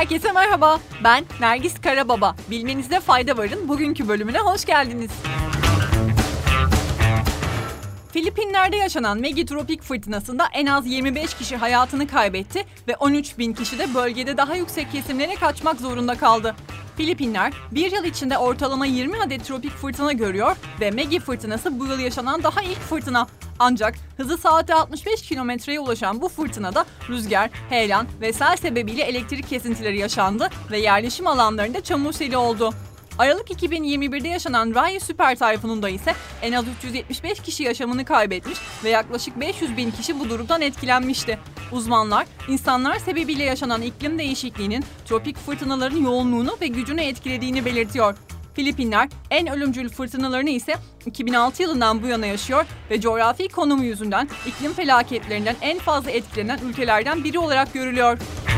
Herkese merhaba, ben Nergis Karababa. Bilmenizde fayda varın bugünkü bölümüne hoş geldiniz. Filipinler'de yaşanan Maggie tropik fırtınasında en az 25 kişi hayatını kaybetti ve 13.000 kişi de bölgede daha yüksek kesimlere kaçmak zorunda kaldı. Filipinler, bir yıl içinde ortalama 20 adet tropik fırtına görüyor ve Maggie fırtınası bu yıl yaşanan daha ilk fırtına. Ancak hızı saatte 65 kilometreye ulaşan bu fırtınada rüzgar, heyelan ve sel sebebiyle elektrik kesintileri yaşandı ve yerleşim alanlarında çamur seli oldu. Aralık 2021'de yaşanan Raya süper tayfununda ise en az 375 kişi yaşamını kaybetmiş ve yaklaşık 500.000 kişi bu durumdan etkilenmişti. Uzmanlar, insanlar sebebiyle yaşanan iklim değişikliğinin tropik fırtınaların yoğunluğunu ve gücünü etkilediğini belirtiyor. Filipinler en ölümcül fırtınalarını ise 2006 yılından bu yana yaşıyor ve coğrafi konumu yüzünden iklim felaketlerinden en fazla etkilenen ülkelerden biri olarak görülüyor.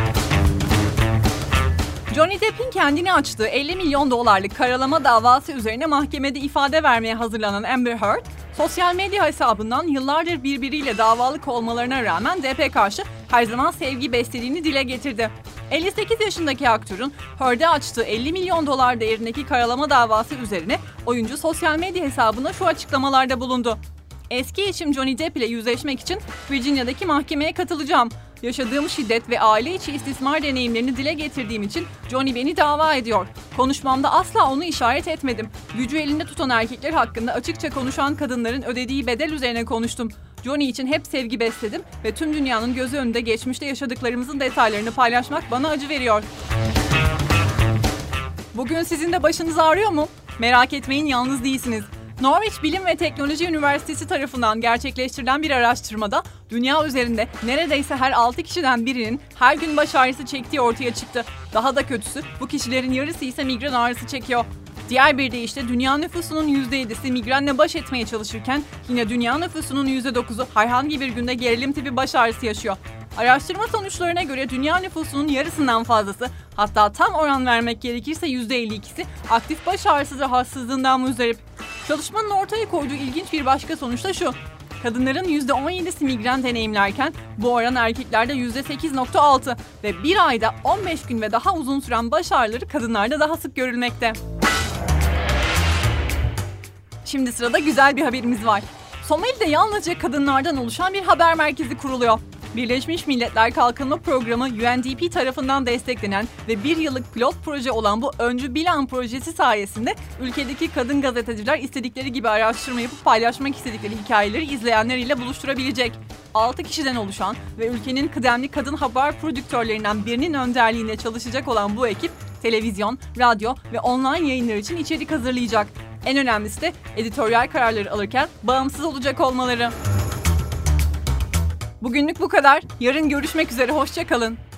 Johnny Depp'in kendini açtığı $50 milyon karalama davası üzerine mahkemede ifade vermeye hazırlanan Amber Heard, sosyal medya hesabından yıllardır birbiriyle davalık olmalarına rağmen Depp'e karşı her zaman sevgi beslediğini dile getirdi. 58 yaşındaki aktörün Heard'e açtığı $50 milyon değerindeki karalama davası üzerine oyuncu sosyal medya hesabına şu açıklamalarda bulundu. Eski eşim Johnny Depp ile yüzleşmek için Virginia'daki mahkemeye katılacağım. Yaşadığım şiddet ve aile içi istismar deneyimlerini dile getirdiğim için Johnny beni dava ediyor. Konuşmamda asla onu işaret etmedim. Gücü elinde tutan erkekler hakkında açıkça konuşan kadınların ödediği bedel üzerine konuştum. Johnny için hep sevgi besledim ve tüm dünyanın gözü önünde geçmişte yaşadıklarımızın detaylarını paylaşmak bana acı veriyor. Bugün sizin de başınız ağrıyor mu? Merak etmeyin, yalnız değilsiniz. Norwich Bilim ve Teknoloji Üniversitesi tarafından gerçekleştirilen bir araştırmada dünya üzerinde neredeyse her 6 kişiden birinin her gün baş ağrısı çektiği ortaya çıktı. Daha da kötüsü, bu kişilerin yarısı ise migren ağrısı çekiyor. Diğer bir deyişle dünya nüfusunun %7'si migrenle baş etmeye çalışırken yine dünya nüfusunun %9'u herhangi bir günde gerilim tipi baş ağrısı yaşıyor. Araştırma sonuçlarına göre dünya nüfusunun yarısından fazlası, hatta tam oran vermek gerekirse %52'si aktif baş ağrısı rahatsızlığından muzdarip. Çalışmanın ortaya koyduğu ilginç bir başka sonuç da şu: kadınların %17'si migren deneyimlerken bu oran erkeklerde %8.6 ve bir ayda 15 gün ve daha uzun süren baş ağrıları kadınlarda daha sık görülmekte. Şimdi sırada güzel bir haberimiz var. Somali'de yalnızca kadınlardan oluşan bir haber merkezi kuruluyor. Birleşmiş Milletler Kalkınma Programı UNDP tarafından desteklenen ve bir yıllık pilot proje olan bu Öncü Bilan projesi sayesinde ülkedeki kadın gazeteciler istedikleri gibi araştırma yapıp paylaşmak istedikleri hikayeleri izleyenleriyle buluşturabilecek. 6 kişiden oluşan ve ülkenin kıdemli kadın haber prodüktörlerinden birinin önderliğinde çalışacak olan bu ekip, televizyon, radyo ve online yayınlar için içerik hazırlayacak. En önemlisi de editoryal kararları alırken bağımsız olacak olmaları. Bugünlük bu kadar. Yarın görüşmek üzere, hoşça kalın.